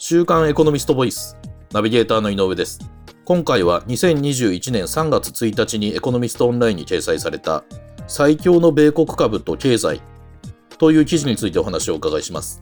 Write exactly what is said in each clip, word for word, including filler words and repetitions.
週刊エコノミストボイスナビゲーターの井上です。今回はにせんにじゅういちねんさんがつついたちにエコノミストオンラインに掲載された最強の米国株と経済という記事についてお話をお伺いします。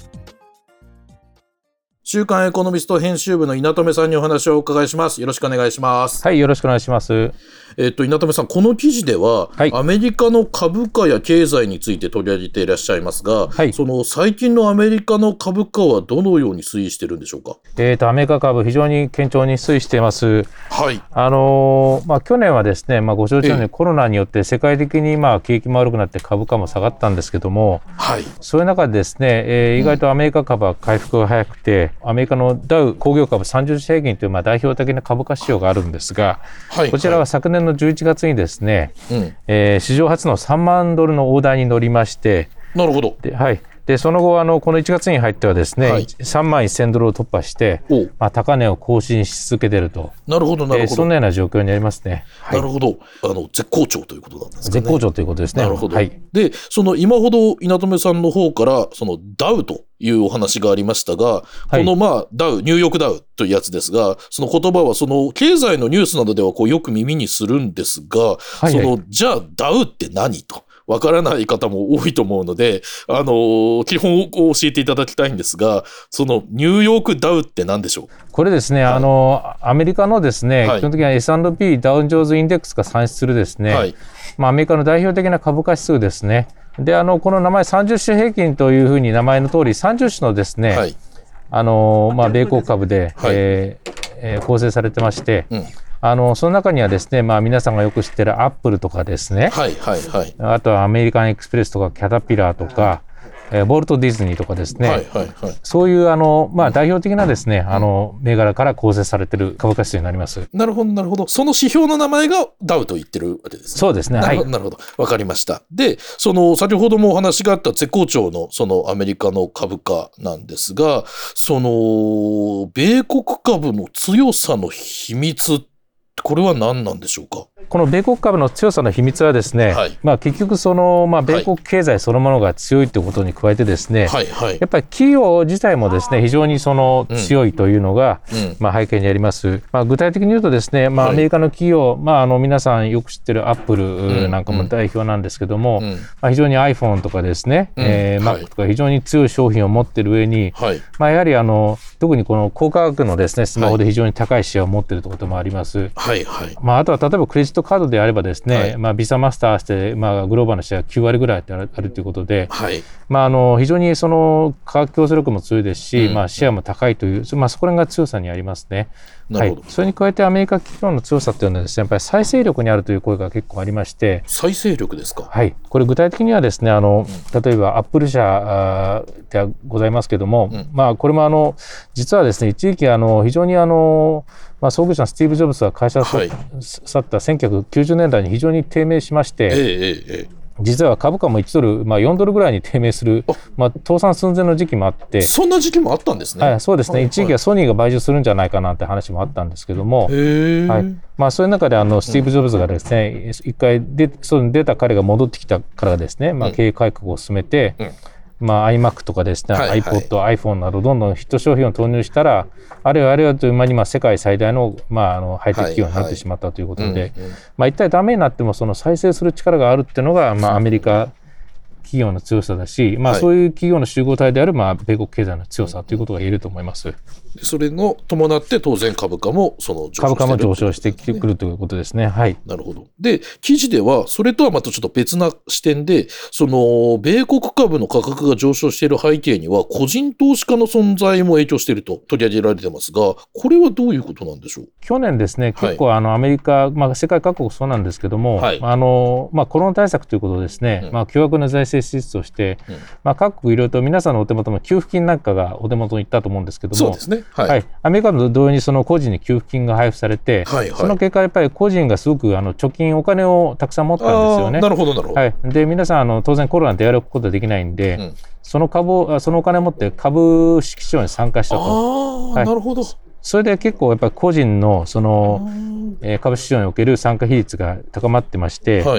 週刊エコノミスト編集部の稲留さんにお話をお伺いします。よろしくお願いします。 はい、よろしくお願いします。 えっと、稲留さん、この記事では、はい、アメリカの株価や経済について取り上げていらっしゃいますが、はい、その最近のアメリカの株価はどのように推移しているんでしょうか。 えーと、アメリカ株非常に堅調に推移しています。 はい。 あのー、まあ、去年はですね、まあ、ご承知のようにコロナによって世界的にまあ景気も悪くなって株価も下がったんですけども、はい、そういう中でですね、えー、意外とアメリカ株は回復が早くて、うん、アメリカのダウ工業株さんじゅうじ平均というまあ代表的な株価指標があるんですが、はい、こちらは昨年のじゅういちがつにですね、うんえー、史上初のさんまんドルの大台に乗りまして、 なるほど。 で、はい、でその後あのこのいちがつに入ってはですね、はい、さんまんせんドルを突破して、まあ、高値を更新し続けていると。 なるほどなるほど、えー、 そんなような状況になりますね。 はい、なるほど。あの絶好調ということなんですかね。 絶好調ということですね。 なるほど。 はい、 でその今ほど稲留さんの方からそのダウというお話がありましたが、はい、このまあダウニューヨークダウというやつですが、その言葉はその経済のニュースなどではこうよく耳にするんですが、はいはい、そのじゃあダウって何とわからない方も多いと思うので、あのー、基本を教えていただきたいんですが、そのニューヨークダウって何でしょう。 これですね、はい、あのアメリカのですね、はい、基本的には エスアンドピー ダウンジョーンズインデックスが算出するですね、はいまあ、アメリカの代表的な株価指数ですね。であのこの名前さんじゅっしゅ平均というふうに名前の通りさんじゅっしゅのですね、はいあのまあ、米国株で、はいえーえー、構成されてまして、うん、あのその中にはですね、まあ、皆さんがよく知っているアップルとかですね、はいはいはい、あとはアメリカンエクスプレスとかキャタピラーとか、えー、ボルト・ディズニーとかですね、はいはいはい、そういうあの、まあ、代表的なですね、うん、あの銘柄から構成されている株価指数になります。 なるほどなるほど。その指標の名前がダウと言ってるわけですね。 そうですね。 なるほど、はい、なるほど、わかりました。でその先ほどもお話があった絶好調のそのアメリカの株価なんですが、その米国株の強さの秘密、これは何なんでしょうか。 この米国株の強さの秘密はですね、はいまあ、結局その、まあ、米国経済そのものが強いということに加えてですね、はいはい、やっぱり企業自体もですね非常にその強いというのが、うんまあ、背景にあります。まあ、具体的に言うとですね、まあ、アメリカの企業、はいまあ、あの皆さんよく知ってるアップルなんかも代表なんですけども、うんまあ、非常に iPhone とかですね、うんえー、Mac とか非常に強い商品を持っている上に、はいまあ、やはりあの特にこの高価格のですねスマホで非常に高いシェアを持っているということもあります。はいはいまあ、あとは例えばクレジットカードであればですね、はいまあ、ビザマスターして、まあ、グローバルのシェアきゅうわりぐらいあるということで、はいまあ、あの非常にその価格競争力も強いですし、うんまあ、シェアも高いという、まあ、そこら辺が強さにありますね。なるほど。はい、それに加えてアメリカ企業の強さというのはですね、やっぱり再生力にあるという声が結構ありまして。 再生力ですか。 はい、これ具体的にはですね、あの、うん、例えばアップル社ではございますけども、うんまあ、これもあの実はですね一時期あの非常にあのまあ、創業者のスティーブ・ジョブズが会社を去ったせんきゅうひゃくきゅうじゅうねんだいに非常に低迷しまして、えーえー、実は株価もいちドル、まあ、よんドルぐらいに低迷する、まあ、倒産寸前の時期もあって。 そんな時期もあったんですね。 はい、そうですね、はい、一時期はソニーが買収するんじゃないかなんて話もあったんですけども、はいまあ、そういう中であのスティーブ・ジョブズがですね、うん、一回で外に出た彼が戻ってきたからですね、まあ、経営改革を進めて、うんうんまあ、iMac とかですね、はいはい、iPod、iPhone などどんどんヒット商品を投入したら、あれよあれよという間にまあ世界最大の、まあ、あのハイテク企業になってしまったということで、はいはいうんうんまあ、一体ダメになってもその再生する力があるっていうのが、まあ、アメリカ企業の強さだし、まあ、そういう企業の集合体である、まあ、米国経済の強さということが言えると思います。 それの伴って当然株価もその上昇して株価も上昇してくるということですね。はい。 なるほど。で記事ではそれとはまたちょっと別な視点で、その米国株の価格が上昇している背景には個人投資家の存在も影響していると取り上げられてますが、これはどういうことなんでしょう。 去年ですね、結構あのアメリカ、まあ、世界各国そうなんですけども、はいあのまあ、コロナ対策ということですね、うんまあ、巨額な財政支出をして、うんまあ、各国いろいろと皆さんのお手元の給付金なんかがお手元に行ったと思うんですけども、 そうですね、はいはい、 アメリカと同様にその個人に給付金が配布されて、はいはい、その結果やっぱり個人がすごくあの貯金お金をたくさん持ったんですよね。 なるほどなるほど、 はい、で皆さんあの当然コロナでやることはできないんで、うん、その株をそのお金を持って株式市場に参加したと。 あ、はい、なるほど。 それで結構やっぱり個人のその、えー、株式市場における参加比率が高まってまして、はい、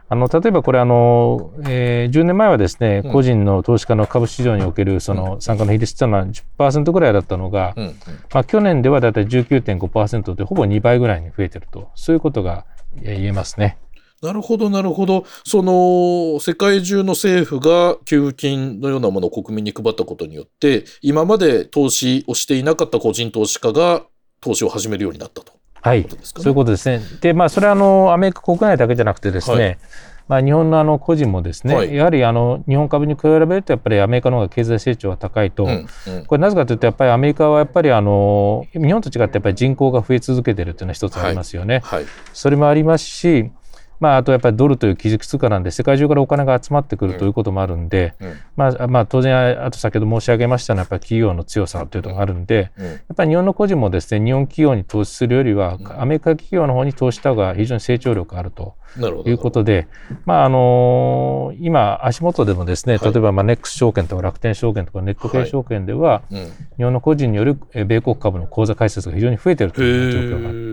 あの例えばこれあの、えー、じゅうねんまえはですね、うん、個人の投資家の株市場におけるその参加の比率というのは じゅっパーセント ぐらいだったのが、うんうん、まあ、去年ではだいたい じゅうきゅうてんごパーセント でほぼにばいぐらいに増えていると、そういうことが言えますね。 なるほどなるほど。その世界中の政府が給付金のようなものを国民に配ったことによって、今まで投資をしていなかった個人投資家が投資を始めるようになったと。 はい、そういうことですね。で、まあ、それはあのアメリカ国内だけじゃなくてですね、はい、まあ、日本のあの個人もですね、はい、やはりあの日本株に比べるとやっぱりアメリカの方が経済成長が高いと、うんうん、これなぜかというとやっぱりアメリカはやっぱりあの日本と違ってやっぱり人口が増え続けているというのは一つありますよね。はいはい、それもありますし、まあ、あとやっぱりドルという基軸通貨なんで世界中からお金が集まってくるということもあるんで、うんうん、まあまあ、当然あと先ほど申し上げましたのはやっぱり企業の強さというのがあるんで、うん、やっぱり日本の個人もですね日本企業に投資するよりはアメリカ企業の方に投資した方が非常に成長力があるということで、まああのー、今足元でもですね、例えばまあネックス証券とか楽天証券とかネット系証券では、はい、うん、日本の個人による米国株の口座開設が非常に増えているという状況があって、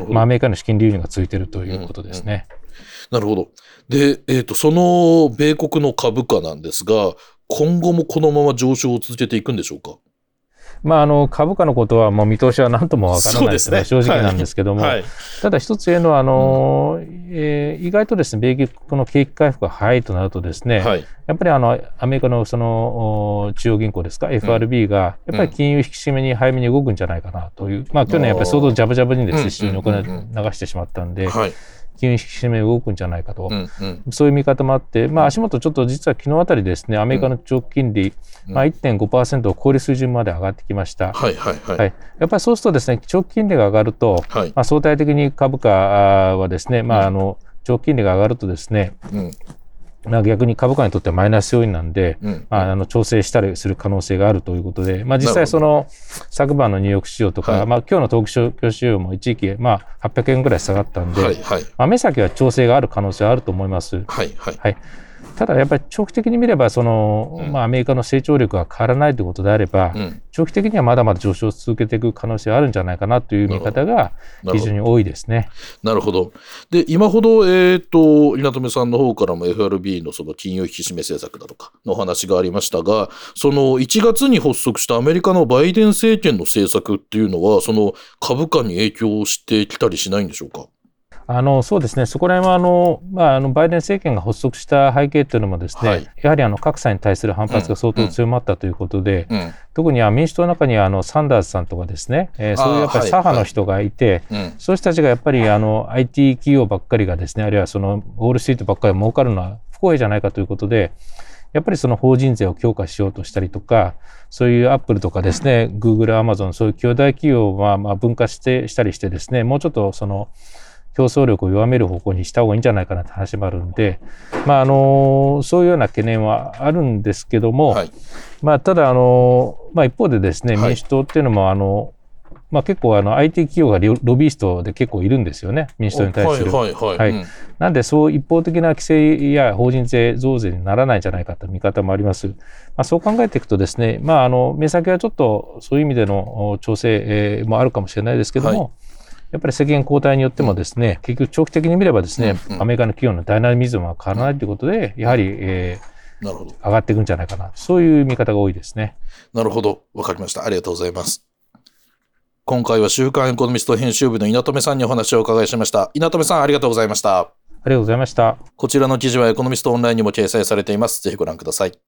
まあ、アメリカの資金流入が続いているということですね。うんうん、 なるほど。で、えーと、その米国の株価なんですが、今後もこのまま上昇を続けていくんでしょうか。 まあ、あの株価のことはもう見通しは何ともわからないですね、正直なんですけども、はいはい、ただ一つ言えるのはあの、うんえー、意外とですね米国の景気回復が早いとなるとですね、はい、やっぱりあのアメリカのその中央銀行ですか エフアールビー がやっぱり金融引き締めに早めに動くんじゃないかなという、まあ、去年やっぱり相当ジャブジャブにですね市場にお金を流してしまったんで、はい、金融引き締め動くんじゃないかと、うんうん、そういう見方もあって、まあ、足元ちょっと実は昨日あたりですねアメリカの長期金利、うんまあ、いってんごパーセント を超える水準まで上がってきました、はいはいはいはい、やっぱりそうするとですね長期金利が上がると、はいまあ、相対的に株価はですね、まあ、あの長期金利が上がるとですね、うんまあ、逆に株価にとってはマイナス要因なんで、うんまあ、あの調整したりする可能性があるということで、まあ、実際その昨晩のニューヨーク市場とか、はいまあ、今日の東京市場も一時期、まあ、はっぴゃくえんぐらい下がったんで、はいはいまあ、目先は調整がある可能性はあると思います。はいはいはい、ただやっぱり長期的に見ればその、うんまあ、アメリカの成長力が変わらないということであれば、うん、長期的にはまだまだ上昇を続けていく可能性があるんじゃないかなという見方が非常に多いですね。 なるほど。で今ほど、えー、と稲留さんの方からも エフアールビー のその金融引き締め政策だとかの話がありましたが、そのいちがつに発足したアメリカのバイデン政権の政策っていうのはその株価に影響してきたりしないんでしょうか。 あのそうですね、そこら辺はあの、まあ、あのバイデン政権が発足した背景というのもですね、はい、やはりあの格差に対する反発が相当強まったということで、うんうん、特に民主党の中にはあのサンダースさんとかですね、えー、そういうやっぱり左派の人がいて、はいはい、そういう人たちがやっぱりあの アイティー 企業ばっかりがですね、あるいはそのウォールストリートばっかり儲かるのは不公平じゃないかということで、やっぱりその法人税を強化しようとしたりとか、そういうアップルとかですね、グーグル、アマゾン、そういう巨大企業をまあまあ分化してしたりしてですね、もうちょっとその競争力を弱める方向にした方がいいんじゃないかなって話もあるんで、まああのそういうような懸念はあるんですけども、はい、まあ、ただあの、まあ、一方でですね、民主党っていうのもあの、まあ、結構あの アイティー 企業がロビーストで結構いるんですよね、民主党に対する。はいはいはいはい、なんでそう一方的な規制や法人税増税にならないんじゃないかという見方もあります。まあ、そう考えていくとですね、まあ、あの目先はちょっとそういう意味での調整もあるかもしれないですけども、はい、やっぱり政権交代によってもですね、結局長期的に見ればですね、うんうん、アメリカの企業のダイナミズムは変わらないということで、やはり、えー、なるほど、上がっていくんじゃないかな、そういう見方が多いですね。 なるほど、わかりました。ありがとうございます。今回は週刊エコノミスト編集部の稲留さんにお話をお伺いしました。稲留さん、ありがとうございました。 ありがとうございました。 こちらの記事はエコノミストオンラインにも掲載されています。ぜひご覧ください。